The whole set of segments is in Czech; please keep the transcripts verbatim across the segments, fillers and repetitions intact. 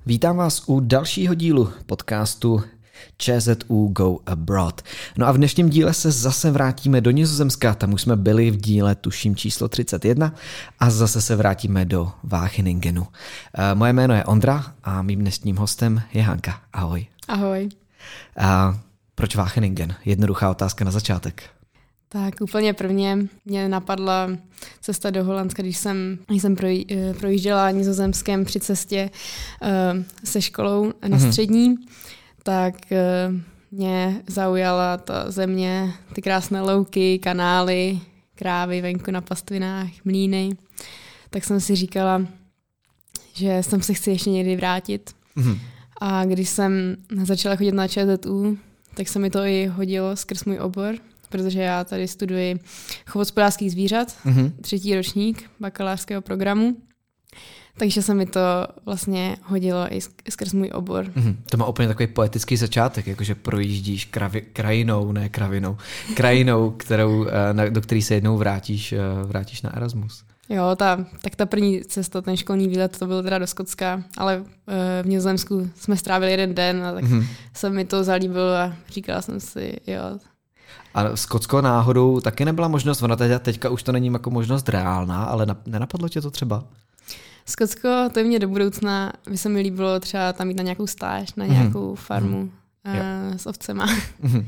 Vítám vás u dalšího dílu podcastu ČZÚ Go Abroad. No a v dnešním díle se zase vrátíme do Nizozemska, tam už jsme byli v díle tuším číslo třicet jedna a zase se vrátíme do Wacheningenu. Moje jméno je Ondra a mým dnešním hostem je Hanka. Ahoj. Ahoj. A proč Wacheningen? Jednoduchá otázka na začátek. Tak úplně prvně mě napadla cesta do Holandska, když jsem, když jsem projížděla Nizozemskem při cestě uh, se školou na střední, mm-hmm. tak uh, mě zaujala ta země, ty krásné louky, kanály, krávy venku na pastvinách, mlýny. Tak jsem si říkala, že jsem se chci ještě někdy vrátit. Mm-hmm. A když jsem začala chodit na ČZÚ, tak se mi to i hodilo skrz můj obor, protože já tady studuji chov hospodářských zvířat, mm-hmm. třetí ročník bakalářského programu, takže se mi to vlastně hodilo i skrz můj obor. Mm-hmm. To má úplně takový poetický začátek, jakože projíždíš kravi, krajinou, ne kravinou, krajinou, kterou, na, do které se jednou vrátíš, vrátíš na Erasmus. Jo, ta, tak ta první cesta, ten školní výlet, to bylo teda do Skotska, ale v Nizozemsku jsme strávili jeden den a tak mm-hmm. se mi to zalíbilo a říkala jsem si, jo. A Skotsko náhodou taky nebyla možnost, ona teď, teďka už to není jako možnost reálná, ale na, nenapadlo tě to třeba? Skotsko, to je mě do budoucna, by se mi líbilo třeba tam jít na nějakou stáž, na nějakou mm-hmm. farmu mm-hmm. uh, s ovcema. Mm-hmm.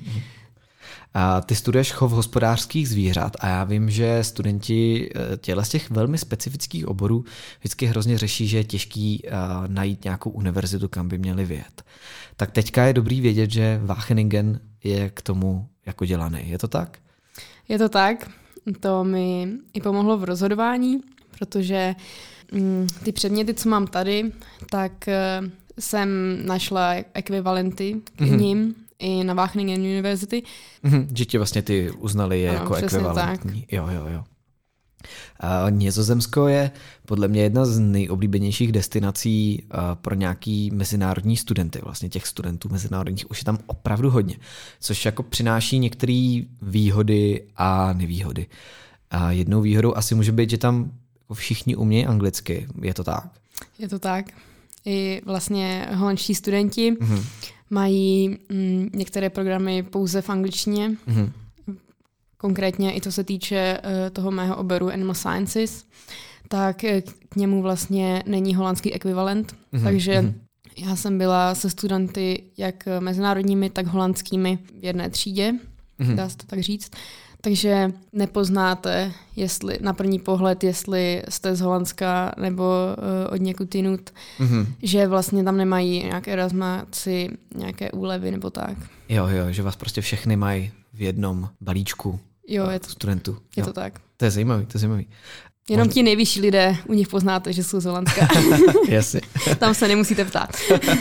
A ty studuješ chov hospodářských zvířat a já vím, že studenti těchto z těch velmi specifických oborů vždycky hrozně řeší, že je těžký uh, najít nějakou univerzitu, kam by měli vyjet. Tak teďka je dobrý vědět, že Wacheningen je k tomu jako dělaný. Je to tak? Je to tak. To mi i pomohlo v rozhodování, protože mm, ty předměty, co mám tady, tak uh, jsem našla ekvivalenty k mm-hmm. ním i na Wageningen University. Mm-hmm, že ti vlastně ty uznali je ano, jako ekvivalentní. Tak. Jo, jo, jo. A Nizozemsko je podle mě jedna z nejoblíbenějších destinací pro nějaký mezinárodní studenty. Vlastně těch studentů mezinárodních už je tam opravdu hodně, což jako přináší některé výhody a nevýhody. A jednou výhodou asi může být, že tam všichni umějí anglicky. Je to tak? Je to tak. I vlastně holandští studenti mm-hmm. mají mm, některé programy pouze v angličtině. Mm-hmm. Konkrétně i to se týče uh, toho mého oboru Animal Sciences, tak k němu vlastně není holandský ekvivalent. Mm-hmm. Takže mm-hmm. já jsem byla se studenty jak mezinárodními, tak holandskými v jedné třídě, mm-hmm. dá se to tak říct. Takže nepoznáte, jestli na první pohled, jestli jste z Holandska nebo uh, od někud jinut, mm-hmm. že vlastně tam nemají nějaké Erasmáci, nějaké úlevy nebo tak. Jo, jo, že vás prostě všechny mají v jednom balíčku jo, je to, studentů. Je jo. to tak. To je zajímavý, to je zajímavý. Jenom Možná... ti nejvyšší lidé, u nich poznáte, že jsou z Holandska. Jasně. Tam se nemusíte ptát.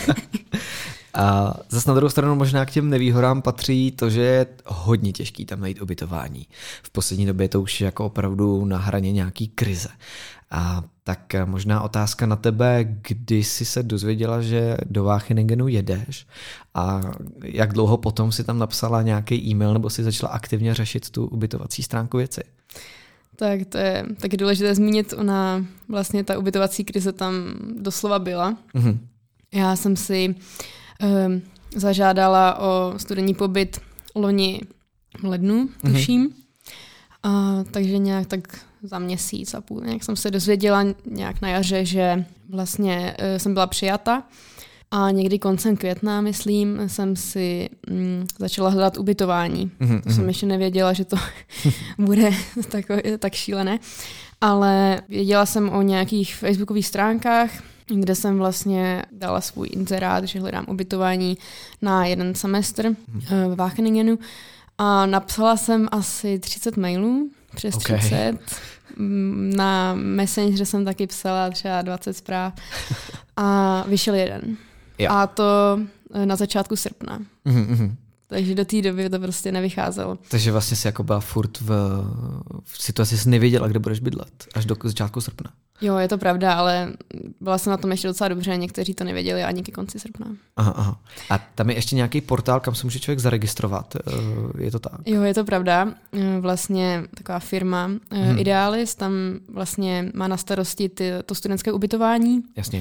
A zase na druhou stranu možná k těm nevýhodám patří to, že je hodně těžký tam najít ubytování. V poslední době to už je jako opravdu na hraně nějaký krize. A tak možná otázka na tebe, kdy jsi se dozvěděla, že do Wacheningenu jedeš a jak dlouho potom si tam napsala nějaký e-mail nebo si začala aktivně řešit tu ubytovací stránku věci? Tak to je taky důležité zmínit, ona vlastně ta ubytovací krize tam doslova byla. Mm-hmm. Já jsem si um, zažádala o studijní pobyt loni v lednu, tuším. Mm-hmm. A, takže nějak tak za měsíc a půl. Nějak jsem se dozvěděla nějak na jaře, že vlastně uh, jsem byla přijata a někdy koncem května, myslím, jsem si mm, začala hledat ubytování. Mm-hmm. To jsem ještě nevěděla, že to bude tak, tak šílené. Ale věděla jsem o nějakých facebookových stránkách, kde jsem vlastně dala svůj inzerát, že hledám ubytování na jeden semestr mm-hmm. v Wacheningenu. A napsala jsem asi třicet mailů, přes okay. třicet. Na Messenger jsem taky psala třeba dvacet zpráv. A vyšel jeden. Jo. A to na začátku srpna. Mm-hmm. Takže do té doby to prostě nevycházelo. Takže vlastně jsi jako byla furt v, v situaci, jsi nevěděla, kde budeš bydlet, až do začátku srpna. Jo, je to pravda, ale byla jsem na tom ještě docela dobře, někteří to nevěděli ani ke konci srpna. Aha, aha. A tam je ještě nějaký portál, kam se může člověk zaregistrovat, je to tak? Jo, je to pravda. Vlastně taková firma hmm. Idealis, tam vlastně má na starosti ty, to studentské ubytování. Jasně.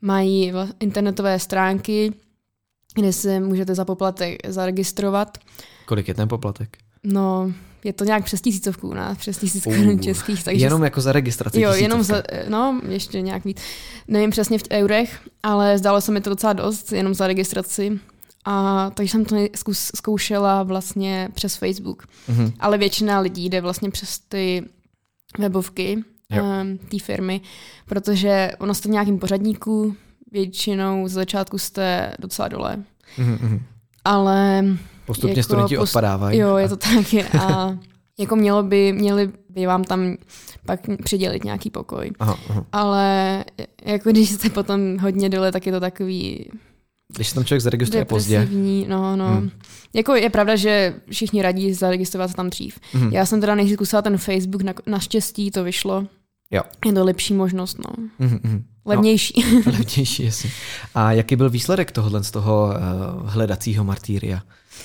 mají internetové stránky, kde se můžete za poplatek zaregistrovat. Kolik je ten poplatek? No, je to nějak přes tisícovku u nás, přes tisíc korun českých. Takže jenom jako za registraci jo, tisícovka. Jenom za, no, ještě nějak víc. Nevím přesně v eurech, ale zdálo se mi to docela dost, jenom za registraci. A takže jsem to zkus, zkoušela vlastně přes Facebook. Mm-hmm. Ale většina lidí jde vlastně přes ty webovky um, té firmy, protože ono jste v nějakém pořadníku, většinou z začátku jste docela dole. Mm-hmm. Ale postupně jako studenti post... odpadávají. Jo, je to tak. A jako mělo by, měli by vám tam pak přidělit nějaký pokoj. Aha, aha. Ale jako když jste potom hodně dole, tak je to takový... Když se tam člověk zaregistruje pozdě. No, no. Hmm. Jako je pravda, že všichni radí zaregistrovat se tam dřív. Hmm. Já jsem teda nejdřív zkusila ten Facebook, na, naštěstí to vyšlo. Jo. Je to lepší možnost, no. Hmm. Levnější. No, levnější, jasně. A jaký byl výsledek tohohle z toho uh, hledacího martýria?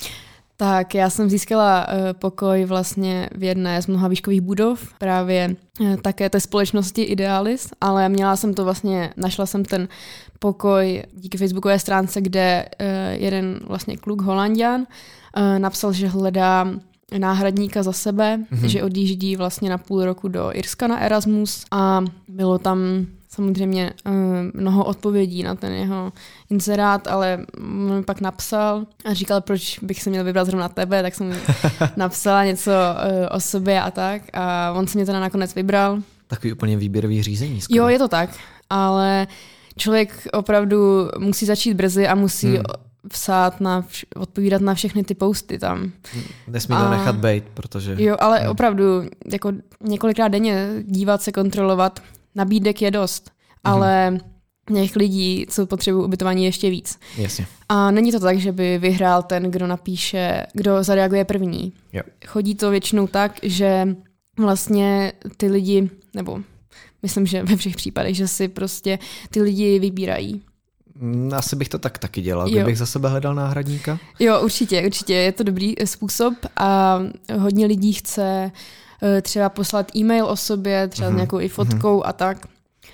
Tak já jsem získala uh, pokoj vlastně v jedné z mnoha výškových budov, právě uh, také té společnosti Idealis, ale měla jsem to vlastně, našla jsem ten pokoj díky facebookové stránce, kde uh, jeden vlastně kluk Holanďan uh, napsal, že hledá náhradníka za sebe, mm-hmm. že odjíždí vlastně na půl roku do Irska na Erasmus a bylo tam samozřejmě uh, mnoho odpovědí na ten jeho inzerát, ale on mi pak napsal a říkal, proč bych se měl vybrat zrovna tebe, tak jsem mu napsala něco uh, o sobě a tak a on se mě teda nakonec vybral. Takový úplně výběrový řízení. Skoro. Jo, je to tak, ale člověk opravdu musí začít brzy a musí hmm. psát na vš- odpovídat na všechny ty posty tam. Nesmí to a... nechat bejt, protože... Jo, ale hmm. opravdu jako několikrát denně dívat se, kontrolovat. Nabídek je dost, ale těch lidí, co potřebují ubytování, ještě víc. Jasně. A není to tak, že by vyhrál ten, kdo napíše, kdo zareaguje první. Jo. Chodí to většinou tak, že vlastně ty lidi, nebo myslím, že ve všech případech, že si prostě ty lidi vybírají. Asi bych to tak taky dělal, kdybych za sebe hledal náhradníka. Jo, určitě, určitě. Je to dobrý způsob a hodně lidí chce třeba poslat e-mail o sobě, třeba mm-hmm. nějakou i fotkou mm-hmm. a tak.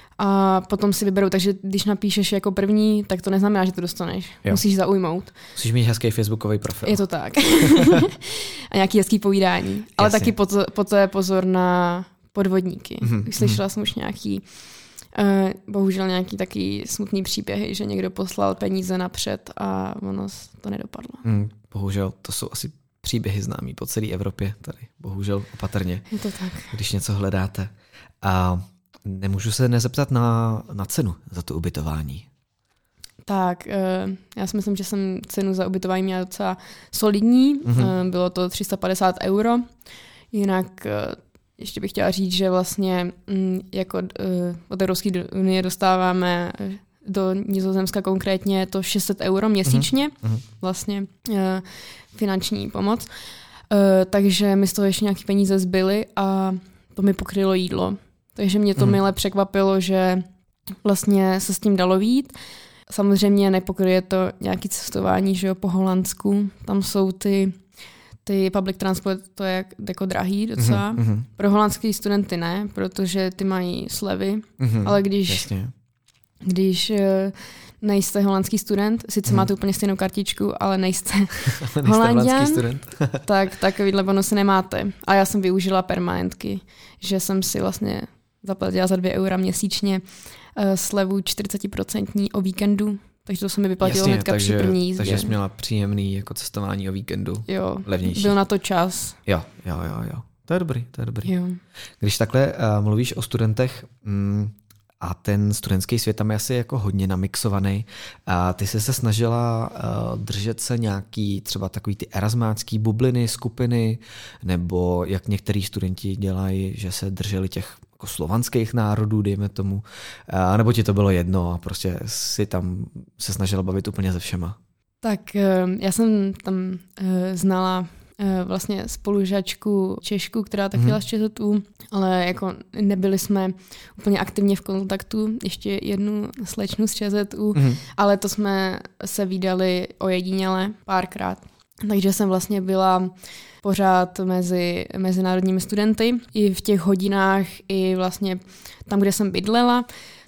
A potom si vyberou, takže když napíšeš jako první, tak to neznamená, že to dostaneš. Jo. Musíš zaujmout. Musíš mít hezký facebookový profil. Je to tak. A nějaký hezký povídání. Ale Jasně. taky po to je pozor na podvodníky. Mm-hmm. Slyšela jsem už nějaký, uh, bohužel nějaký taky smutný příběhy, že někdo poslal peníze napřed a ono to nedopadlo. Mm, bohužel, to jsou asi příběhy známý po celé Evropě, tady bohužel opatrně, je to tak. Když něco hledáte. A nemůžu se nezeptat na, na cenu za to ubytování. Tak, já si myslím, že jsem cenu za ubytování měla docela solidní, mm-hmm. bylo to tři sta padesát euro, jinak ještě bych chtěla říct, že vlastně jako od Evropské unie dostáváme do Nizozemska konkrétně to šest set euro měsíčně, mm-hmm. vlastně finanční pomoc. Uh, takže mi z toho ještě nějaké peníze zbyly a to mi pokrylo jídlo. Takže mě to mm. mile překvapilo, že vlastně se s tím dalo vyjít. Samozřejmě nepokryje to nějaké cestování, že jo, po Holandsku. Tam jsou ty, ty public transport, to je jako drahý docela. Mm-hmm. Pro holandský studenty ne, protože ty mají slevy, mm-hmm. ale když, Jasně. když nejste holandský student, sice hmm. máte úplně stejnou kartičku, ale nejste Holanďan, tak takovýhle bonusy nemáte. A já jsem využila permanentky, že jsem si vlastně zaplatila za dvě eura měsíčně uh, slevu čtyřicet procent o víkendu, takže to se mi vyplatilo Jasně, hnedka takže, při první jízdě. Takže jsi měla příjemný jako cestování o víkendu, jo, levnější. Byl na to čas. Jo, jo, jo, jo. To je dobrý, to je dobrý. Jo. Když takhle uh, mluvíš o studentech, mm, a ten studentský svět tam je asi jako hodně namixovaný. A ty jsi se snažila uh, držet se nějaký třeba takový ty erasmácký bubliny, skupiny, nebo jak některý studenti dělají, že se drželi těch jako slovanských národů, dejme tomu, a nebo ti to bylo jedno a prostě si tam se snažila bavit úplně se všema? Tak uh, já jsem tam uh, znala vlastně spolužačku Češku, která taky jela z ČZU, ale jako nebyli jsme úplně aktivně v kontaktu, ještě jednu slečnu z ČZU, mm. ale to jsme se vídali ojediněle párkrát. Takže jsem vlastně byla pořád mezi mezinárodními studenty i v těch hodinách, i vlastně tam, kde jsem bydlela,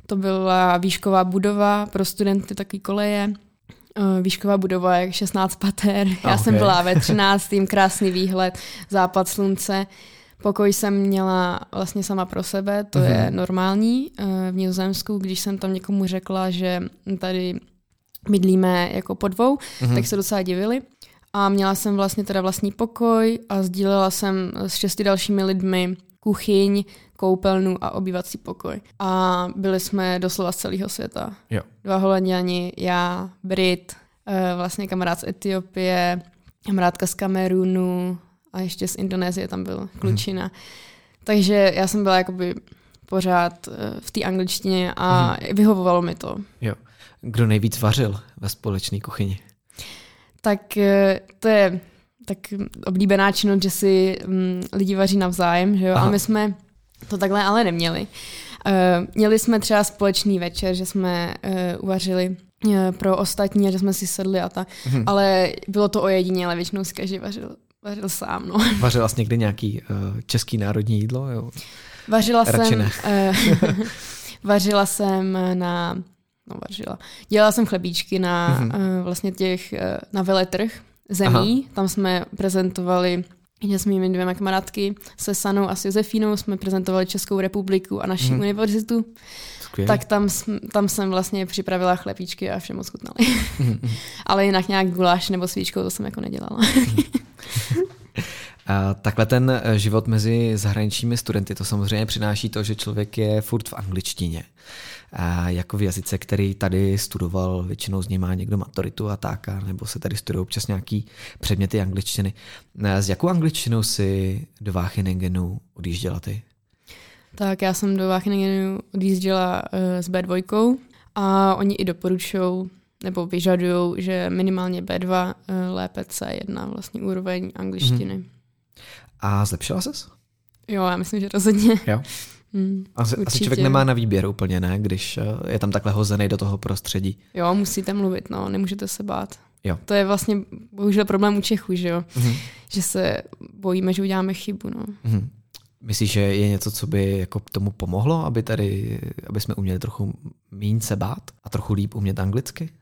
to byla výšková budova pro studenty, takový koleje. Výšková budova je šestnáct pater. Já okay. jsem byla ve třináctém krásný výhled, západ slunce. Pokoj jsem měla vlastně sama pro sebe, to mm-hmm. je normální v Nizozemsku. Když jsem tam někomu řekla, že tady bydlíme jako po dvou, mm-hmm. tak se docela divili. A měla jsem vlastně teda vlastní pokoj a sdílela jsem s šesti dalšími lidmi kuchyň, koupelnu a obývací pokoj. A byli jsme doslova z celého světa. Jo. Dva Holanďani, já, Brit, vlastně kamarád z Etiopie, kamarádka z Kamerunu a ještě z Indonésie tam byl klučina. Hmm. Takže já jsem byla jakoby pořád v té angličtině a hmm. vyhovovalo mi to. Jo. Kdo nejvíc vařil ve společné kuchyni? Tak to je tak oblíbená činnost, že si um, lidi vaří navzájem, že jo? A my jsme to takhle ale neměli. Uh, měli jsme třeba společný večer, že jsme uh, uvařili uh, pro ostatní a že jsme si sedli a tak, hmm. ale bylo to ojedinělé, ale většinou si každý vařil, vařil sám. No. Vařila jsi někdy nějaký uh, český národní jídlo? Jo? Vařila Radši jsem uh, vařila jsem na no vařila. Dělala jsem chlebíčky na hmm. uh, vlastně těch uh, na veletrh zemí. Aha. Tam jsme prezentovali s mými dvěma kamarádky, se Sanou a s Josefínou jsme prezentovali Českou republiku a naši mm. univerzitu. Skvělý. Tak tam, tam jsem vlastně připravila chlebíčky a všem moc chutnali. Mm. Ale jinak nějak guláš nebo svíčkou, to jsem jako nedělala. Mm. A takhle ten život mezi zahraničními studenty, to samozřejmě přináší to, že člověk je furt v angličtině. A jako v jazyce, který tady studoval, většinou z něj má někdo maturitu a tak, nebo se tady studují občas nějaký předměty angličtiny. S jakou angličtinou si do Wacheningenu odjížděla ty? Tak já jsem do Wacheningenu odjížděla uh, s bé dva a oni i doporučují nebo vyžadují, že minimálně bé dva, uh, lépe cé jedna, vlastně úroveň angličtiny. Hmm. A zlepšila ses? Jo, já myslím, že rozhodně. Jo. Hmm, asi, asi člověk nemá na výběr úplně, ne? Když je tam takhle hozený do toho prostředí. Jo, musíte mluvit, no, nemůžete se bát. Jo. To je vlastně bohužel problém u Čechů, že jo? Mm-hmm. Že se bojíme, že uděláme chybu, no. Mm-hmm. Myslíš, že je něco, co by jako tomu pomohlo, aby tady, aby jsme uměli trochu míň se bát a trochu líp umět anglicky?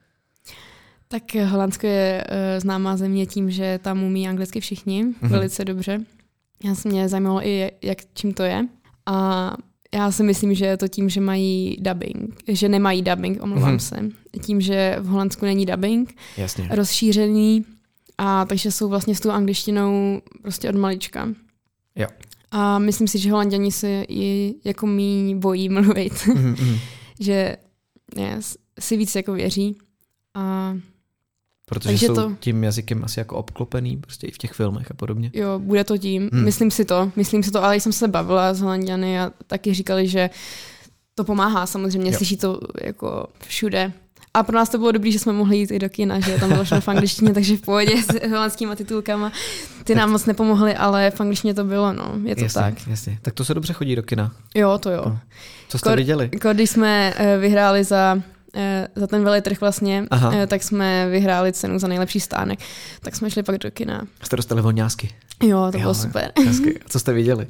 Tak Holandsko je uh, známá země tím, že tam umí anglicky všichni mm-hmm. velice dobře. Já se mě zajímalo i, jak, čím to je. A já si myslím, že je to tím, že mají dubbing, že nemají dubbing, omlouvám mm-hmm. se. Tím, že v Holandsku není dubbing Jasně. rozšířený a takže jsou vlastně s tou angličtinou prostě od malička. Jo. A myslím si, že Holanďani se i jako míň bojí mluvit. Mm-hmm. že ne, si víc jako věří. A protože takže jsou to tím jazykem asi jako obklopený prostě i v těch filmech a podobně. Jo, bude to tím. Hmm. Myslím si to. Myslím si to, ale jsem se bavila s Holanďany a taky říkali, že to pomáhá samozřejmě. Jo. Slyší to jako všude. A pro nás to bylo dobré, že jsme mohli jít i do kina, že tam bylo všechno v angličtině, takže v pohodě s holandskýma titulkama. Ty nám moc nepomohly, ale v angličtině to bylo, no. Je to jasně, tak. Jasně. Tak to se dobře chodí do kina. Jo, to jo. No. Co jste Ko- viděli? Když jsme vyhráli za za ten veletrh vlastně, Aha. tak jsme vyhráli cenu za nejlepší stánek. Tak jsme šli pak do kina. Jste dostali volňásky? Jo, to jo, bylo super. Hezky. Co jste viděli?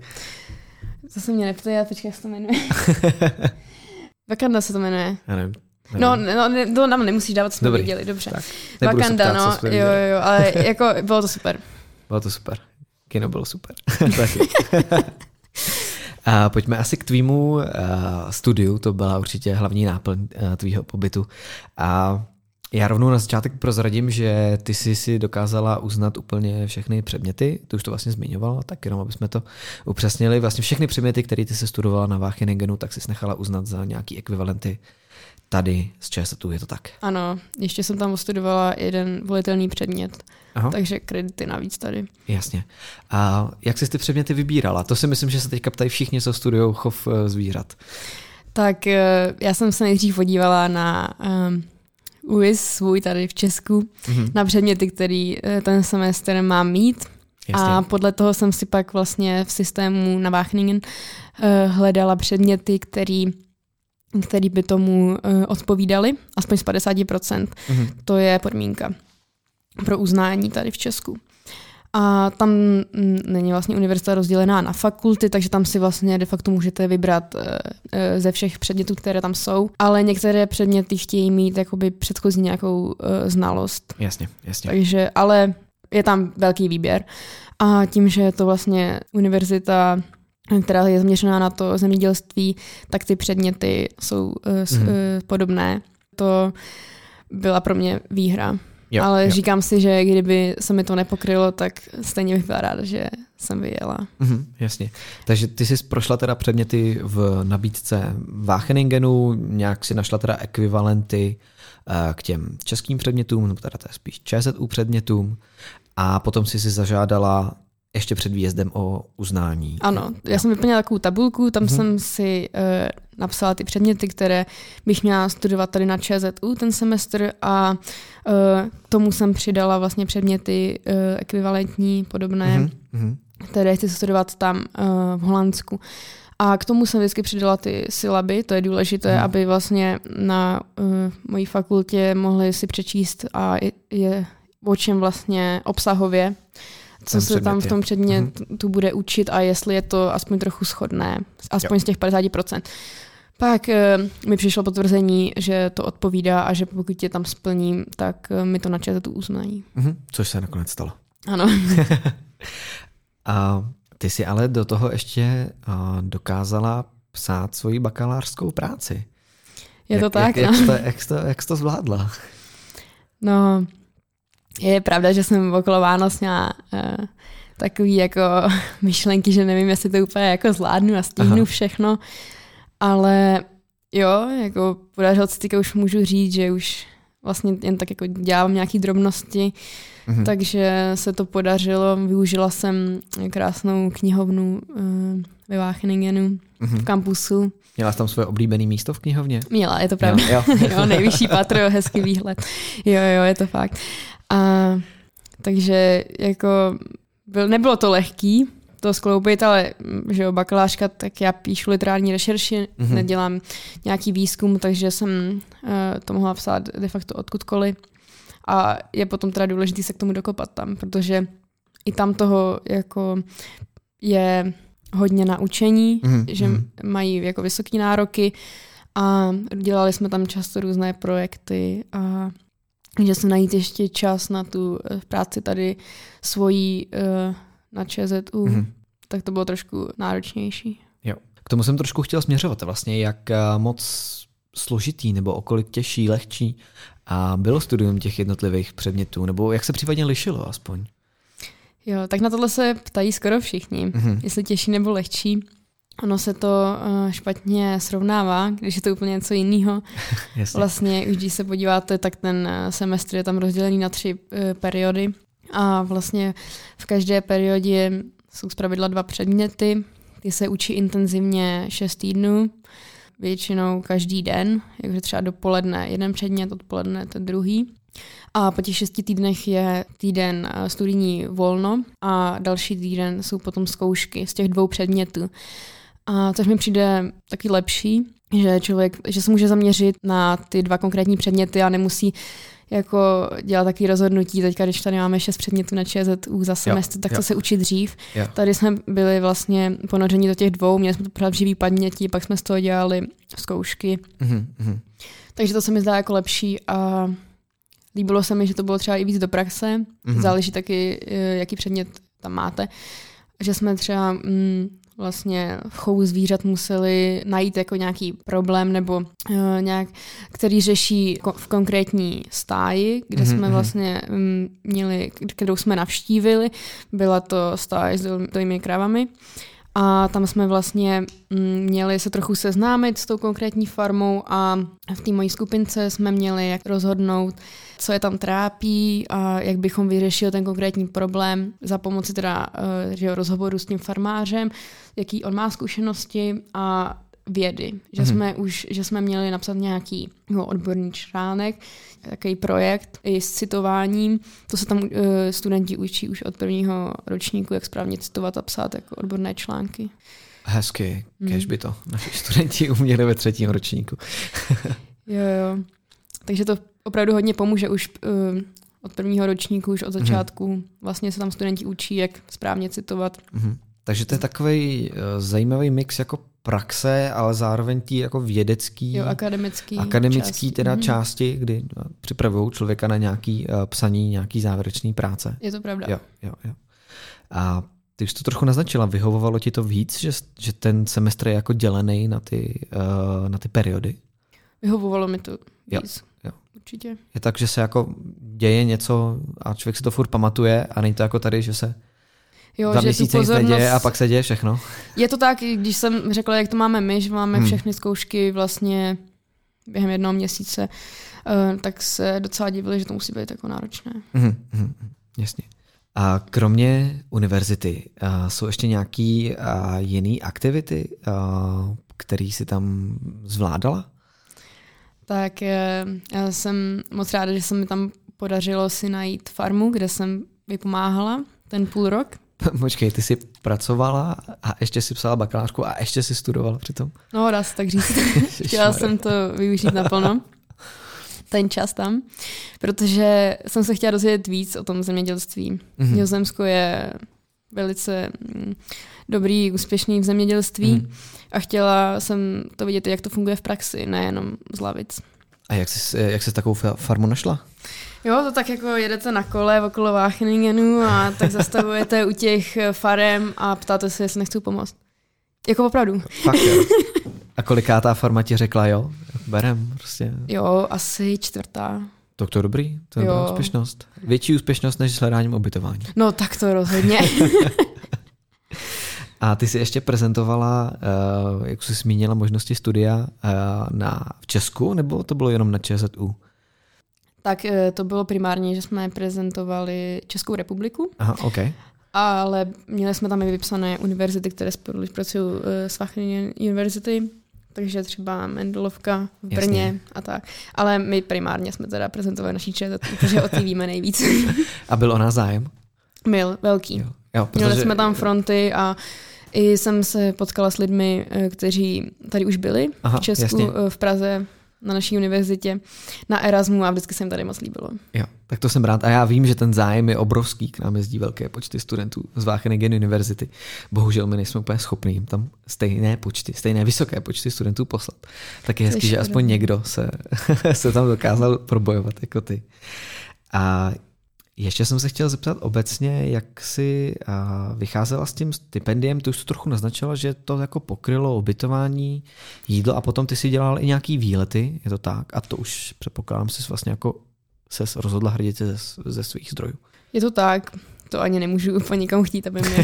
To se mě neptej, já počkej, jak se to jmenuje. Wakanda se to jmenuje. Já nevím. No, no, ne, to nám nemusíš dávat, co jsme Dobrý. viděli, dobře. Wakanda, no, jo, jo, jo, ale jako bylo to super. Bylo to super. Kino bylo super. A pojďme asi k tvýmu uh, studiu, to byla určitě hlavní náplň uh, tvýho pobytu. A já rovnou na začátek prozradím, že ty jsi si dokázala uznat úplně všechny předměty, ty už to vlastně zmiňovala, tak jenom aby jsme to upřesnili. Vlastně všechny předměty, které ty jsi studovala na Wacheningenu, tak jsi nechala uznat za nějaký ekvivalenty tady z ČSTU, je to tak? Ano, ještě jsem tam studovala jeden volitelný předmět, Aha. takže kredity navíc tady. Jasně. A jak jsi ty předměty vybírala? To si myslím, že se teďka ptají všichni, co studujou chov zvířat. Tak já jsem se nejdřív podívala na um, U I S svůj tady v Česku, mm-hmm. na předměty, který ten semestr mám mít. Jasně. A podle toho jsem si pak vlastně v systému na Wageningen uh, hledala předměty, který který by tomu uh, odpovídali, aspoň z padesát procent. Mm-hmm. To je podmínka pro uznání tady v Česku. A tam není vlastně univerzita rozdělená na fakulty, takže tam si vlastně de facto můžete vybrat ze všech předmětů, které tam jsou, ale některé předměty chtějí mít jakoby předchozí nějakou znalost. Jasně, jasně. Takže, ale je tam velký výběr. A tím, že je to vlastně univerzita, která je zaměřená na to zemědělství, tak ty předměty jsou mm. podobné. To byla pro mě výhra. Jo, ale jo. Říkám si, že kdyby se mi to nepokrylo, tak stejně bych byla ráda, že jsem vyjela. Mm, jasně. Takže ty jsi prošla teda předměty v nabídce Wacheningenu, nějak si našla teda ekvivalenty k těm českým předmětům, nebo teda to je spíš ČZÚ předmětům, a potom si si zažádala ještě před výjezdem o uznání. Ano, já jo. jsem vyplnila takovou tabulku, tam mm-hmm. jsem si uh, napsala ty předměty, které bych měla studovat tady na ČZÚ ten semestr a uh, k tomu jsem přidala vlastně předměty uh, ekvivalentní, podobné, mm-hmm. které chci studovat tam uh, v Holandsku. A k tomu jsem vždycky přidala ty sylaby, to je důležité, mm. aby vlastně na uh, mojí fakultě mohli si přečíst a je, je o čem vlastně obsahově, co se tam v tom předmětu mm. bude učit a jestli je to aspoň trochu shodné, aspoň jo. z těch padesát procent. Pak uh, mi přišlo potvrzení, že to odpovídá a že pokud tě tam splním, tak uh, mi to na ČZÚ uznají. Mm-hmm. Což se nakonec stalo. Ano. A ty jsi ale do toho ještě uh, dokázala psát svoji bakalářskou práci. Je to jak, tak, jak, no. jak, to, jak, to, jak jsi to zvládla? No, je pravda, že jsem okolo Vánoc měla uh, takový jako myšlenky, že nevím, jestli to úplně jako zvládnu a stihnu Aha. všechno, ale jo, jako podařilo se teďka už můžu říct, že už vlastně jen tak jako dělám nějaký drobnosti, mm-hmm. takže se to podařilo. Využila jsem krásnou knihovnu uh, ve Wacheningenu mm-hmm. v kampusu. Měla jsi tam svoje oblíbené místo v knihovně? Měla, je to pravda. Jo, jo. jo nejvyšší patro, hezký výhled. Jo, jo, je to fakt. A, takže jako byl, nebylo to lehký to skloubit, ale že jo, bakalářka, tak já píšu literární rešerši, mm-hmm. nedělám nějaký výzkum, takže jsem uh, to mohla psát de facto odkudkoliv. A je potom teda důležité se k tomu dokopat tam, protože i tam toho jako je hodně na učení, mm-hmm. že mají jako vysoké nároky a dělali jsme tam často různé projekty a že se najít ještě čas na tu práci tady svojí uh, na ČZÚ, mm-hmm. tak to bylo trošku náročnější. Jo. K tomu jsem trošku chtěl směřovat vlastně, jak moc složitý nebo o kolik těžší, lehčí a bylo studium těch jednotlivých předmětů, nebo jak se případně lišilo aspoň? Jo, tak na tohle se ptají skoro všichni, mm-hmm. jestli těžší nebo lehčí. Ono se to uh, špatně srovnává, když je to úplně něco jiného. Vlastně, už když se podíváte, tak ten semestr je tam rozdělený na tři uh, periody a vlastně v každé periodě jsou zpravidla dva předměty. Ty se učí intenzivně šest týdnů, většinou každý den, jakože třeba dopoledne jeden předmět, odpoledne ten druhý. A po těch šesti týdnech je týden studijní volno a další týden jsou potom zkoušky z těch dvou předmětů. A což mi přijde taky lepší, že člověk, že se může zaměřit na ty dva konkrétní předměty a nemusí jako dělat takový rozhodnutí. Teďka, když tady máme šest předmětů na ČZÚ za semestr, tak jo. to se učit dřív. Jo. Tady jsme byli vlastně ponoření do těch dvou, měli jsme to pořád v živý paměti, pak jsme z toho dělali zkoušky. Mm-hmm. Takže to se mi zdá jako lepší a líbilo se mi, že to bylo třeba i víc do praxe. Mm-hmm. Záleží taky, jaký předmět tam máte. Že jsme třeba mm, vlastně v chovu zvířat museli najít jako nějaký problém nebo uh, nějak, který řeší ko- v konkrétní stáji, kde mm-hmm. jsme vlastně um, měli, kterou jsme navštívili. Byla to stáj s dojimi krávami. A tam jsme vlastně měli se trochu seznámit s tou konkrétní farmou a v té mojí skupince jsme měli jak rozhodnout, co je tam trápí a jak bychom vyřešili ten konkrétní problém za pomoci teda že rozhovoru s tím farmářem, jaký on má zkušenosti a vědy. Že, mm-hmm. jsme už, že jsme měli napsat nějaký no, odborný článek, takový projekt i s citováním. To se tam uh, studenti učí už od prvního ročníku, jak správně citovat a psát jako odborné články. Hezky, kež by to naši studenti uměli ve třetím ročníku. jo, jo. Takže to opravdu hodně pomůže už uh, od prvního ročníku, už od začátku mm. vlastně se tam studenti učí, jak správně citovat. Mm. Takže to je takový uh, zajímavý mix jako praxe, ale zároveň tý jako vědecký, jo, akademický, akademický části. teda mm. části, kdy připravují člověka na nějaký uh, psaní, nějaký závěrečný práce. Je to pravda. Jo, jo, jo. A ty už to trochu naznačila, vyhovovalo ti to víc, že, že ten semestr je jako dělený na ty, uh, na ty periody? Vyhovovalo mi to víc. Jo, jo. Určitě. Je tak, že se jako děje něco a člověk si to furt pamatuje a není to jako tady, že se jo, za že měsíc pozornost... nic neděje a pak se děje všechno. Je to tak, když jsem řekla, jak to máme my, že máme hmm. všechny zkoušky vlastně během jednoho měsíce, uh, tak se docela divili, že to musí být jako náročné. Hmm, hmm, jasně. A kromě univerzity uh, jsou ještě nějaký uh, jiný aktivity, uh, který si tam zvládala? Tak uh, já jsem moc ráda, že se mi tam podařilo si najít farmu, kde jsem vypomáhala ten půl rok. Počkej, ty jsi pracovala a ještě si psala bakalářku a ještě si studovala přitom? No, dá se tak říct. Chtěla jsem to využít naplno. Ten čas tam, protože jsem se chtěla dozvědět víc o tom zemědělství. Mm-hmm. Nizozemsko je velice dobrý, úspěšný v zemědělství mm-hmm. a chtěla jsem to vidět, jak to funguje v praxi, nejenom z lavic. A jak jsi, jak jsi takovou farmu našla? Jo, to tak jako jedete na kole okolo Wacheningenu a tak zastavujete u těch farem a ptáte se, jestli nechci pomoct. Jako opravdu. Fakt jo. A kolikátá farma ti řekla jo? Berem prostě. Jo, asi čtvrtá. Tak to je dobrý, to je dobrá úspěšnost. Větší úspěšnost než s hledáním ubytování. No tak to rozhodně. A ty jsi ještě prezentovala, uh, jak jsi zmínila, možnosti studia uh, na, v Česku, nebo to bylo jenom na ČZÚ? Tak uh, to bylo primárně, že jsme prezentovali Českou republiku. Aha, OK. Ale měli jsme tam i vypsané univerzity, které spolupracují uh, s Wageningen University, takže třeba Mendelovka v Brně. Jasně. A tak. Ale my primárně jsme teda prezentovali naší ČZÚ, protože o té víme nejvíc. A byl o nás zájem? Byl, velký. Jo. Jo, protože... Měli jsme tam fronty a i jsem se potkala s lidmi, kteří tady už byli Aha, v Česku, jasně. v Praze, na naší univerzitě, na Erasmu a vždycky se jim tady moc líbilo. Jo, tak to jsem rád. A já vím, že ten zájem je obrovský, k nám jezdí velké počty studentů z Wageningen University. Bohužel my nejsme úplně schopni jim tam stejné počty, stejné vysoké počty studentů poslat. Tak je hezký, že aspoň někdo se, se tam dokázal probojovat jako ty. A ještě jsem se chtěl zeptat obecně, jak jsi vycházela s tím stipendiem, ty už to trochu naznačila, že to jako pokrylo ubytování, jídlo a potom ty si dělal i nějaký výlety, je to tak? A to už předpokládám, jsi vlastně jako ses rozhodla hradit ze, ze svých zdrojů. Je to tak, to ani nemůžu po nikomu chtít, aby mě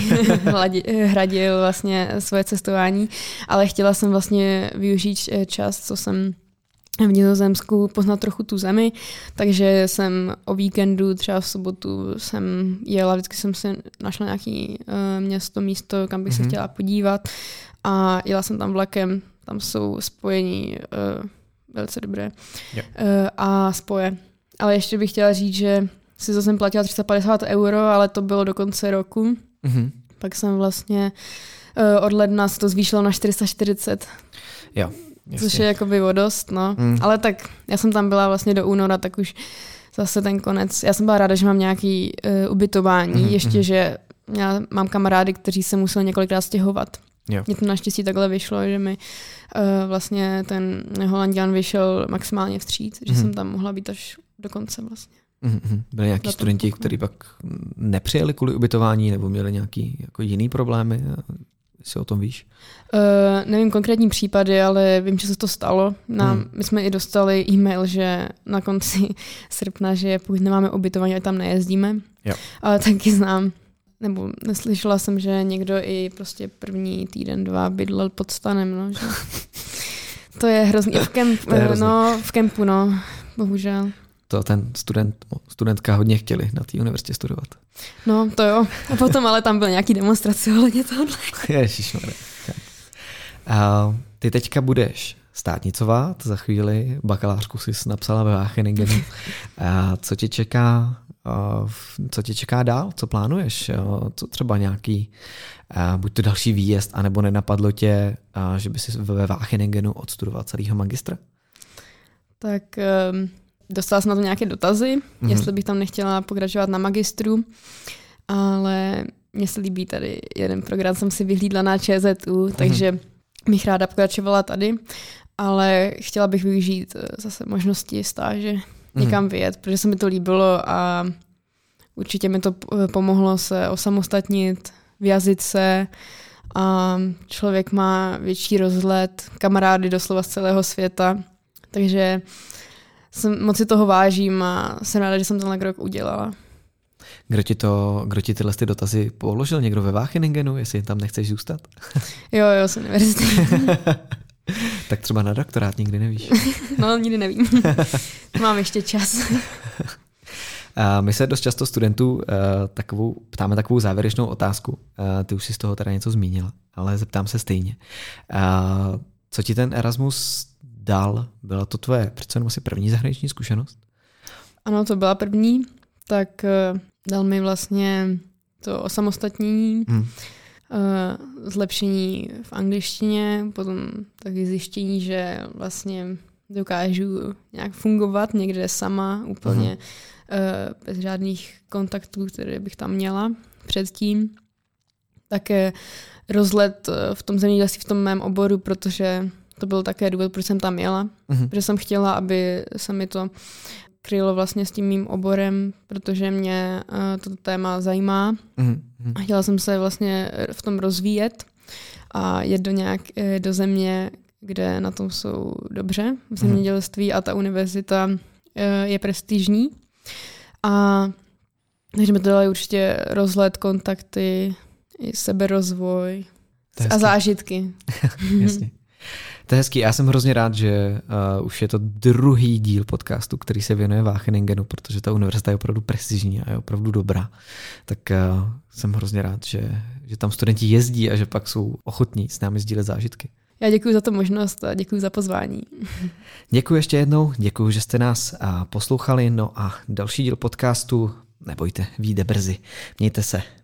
hradil vlastně svoje cestování, ale chtěla jsem vlastně využít čas, co jsem v Nizozemsku, poznat trochu tu zemi, takže jsem o víkendu, třeba v sobotu jsem jela, vždycky jsem si našla nějaké uh, město, místo, kam bych mm-hmm. se chtěla podívat a jela jsem tam vlakem, tam jsou spojení uh, velice dobré yeah. uh, a spoje. Ale ještě bych chtěla říct, že si zase platila tři sta padesát euro, ale to bylo do konce roku. Mm-hmm. Pak jsem vlastně uh, od ledna se to zvýšilo na čtyři sta čtyřicet. Jo. Jasně. Což je jakoby o dost, no. Mm. Ale tak já jsem tam byla vlastně do února, tak už zase ten konec. Já jsem byla ráda, že mám nějaký uh, ubytování, mm, ještě, mm. že já mám kamarády, kteří se museli několikrát stěhovat. Mně to naštěstí takhle vyšlo, že mi uh, vlastně ten Holanďan vyšel maximálně vstříc, že mm. jsem tam mohla být až do konce vlastně. Mm-hmm. Byli nějaký studenti, kteří pak nepřijeli kvůli ubytování nebo měli nějaký jako jiný problémy? Jestli o tom víš? Uh, nevím konkrétní případy, ale vím, že se to stalo. Nám, hmm. My jsme i dostali e-mail, že na konci srpna, že pokud nemáme ubytování, tam nejezdíme. Jo. Ale taky znám, nebo neslyšela jsem, že někdo i prostě první týden, dva bydlel pod stanem. No, že... to je hrozný. V, kemp, je hrozný. No, v kempu, no, bohužel. To ten student, studentka hodně chtěli na té univerzitě studovat. No, to jo. A potom ale tam byl nějaký demonstrace ohledně tohohle. Ježišmarja. A ty teďka budeš státnicovat, za chvíli bakalářku jsi napsala ve Wacheningenu. A co tě čeká, co tě čeká dál? Co plánuješ? Co třeba nějaký, buď to další výjezd, anebo nenapadlo tě, že by si ve Wacheningenu odstudoval celýho magistra? Tak... Um... dostala jsem na to nějaké dotazy, mm-hmm. jestli bych tam nechtěla pokračovat na magistru, ale mně se líbí tady jeden program, jsem si vyhlídla na ČZU, mm-hmm. takže bych ráda pokračovala tady, ale chtěla bych využít zase možnosti stáže někam vyjet, protože se mi to líbilo a určitě mi to pomohlo se osamostatnit, v jazyce a člověk má větší rozhled, kamarády doslova z celého světa, takže jsem, moc si toho vážím a jsem ráda, že jsem tenhle krok udělala. Kdo ti, to, kdo ti tyhle ty dotazy položil? Někdo ve Wacheningenu, jestli tam nechceš zůstat? Jo, jo, z univerzity. Tak třeba na doktorát nikdy nevíš. No, nikdy nevím. Mám ještě čas. A my se dost často studentů uh, takovou, ptáme takovou závěrečnou otázku. Uh, ty už si z toho teda něco zmínila, ale zeptám se stejně. Uh, co ti ten Erasmus dal? Byla to tvoje přece jenom asi první zahraniční zkušenost? Ano, to byla první. Tak uh, dal mi vlastně to osamostatnění, hmm. uh, zlepšení v angličtině, potom taky zjištění, že vlastně dokážu nějak fungovat někde sama úplně hmm. uh, bez žádných kontaktů, které bych tam měla předtím. Také rozlet v tom zemědělství, v tom mém oboru, protože to byl také důvod, proč jsem tam jela. Hmm. Protože jsem chtěla, aby se mi to krylo vlastně s tím mým oborem, protože mě uh, toto téma zajímá. Mm-hmm. A chtěla jsem se vlastně v tom rozvíjet a jet do nějak do země, kde na tom jsou dobře v zemědělství a ta univerzita uh, je prestižní. A takže mi to dali určitě rozhled, kontakty, i seberozvoj a zážitky. Jasně. To je hezký. Já jsem hrozně rád, že uh, už je to druhý díl podcastu, který se věnuje Wacheningenu, protože ta univerzita je opravdu prestižní a je opravdu dobrá. Tak uh, jsem hrozně rád, že, že tam studenti jezdí a že pak jsou ochotní s námi sdílet zážitky. Já děkuji za to možnost a děkuji za pozvání. Děkuji ještě jednou, děkuji, že jste nás poslouchali. No a další díl podcastu, nebojte, vyjde brzy. Mějte se.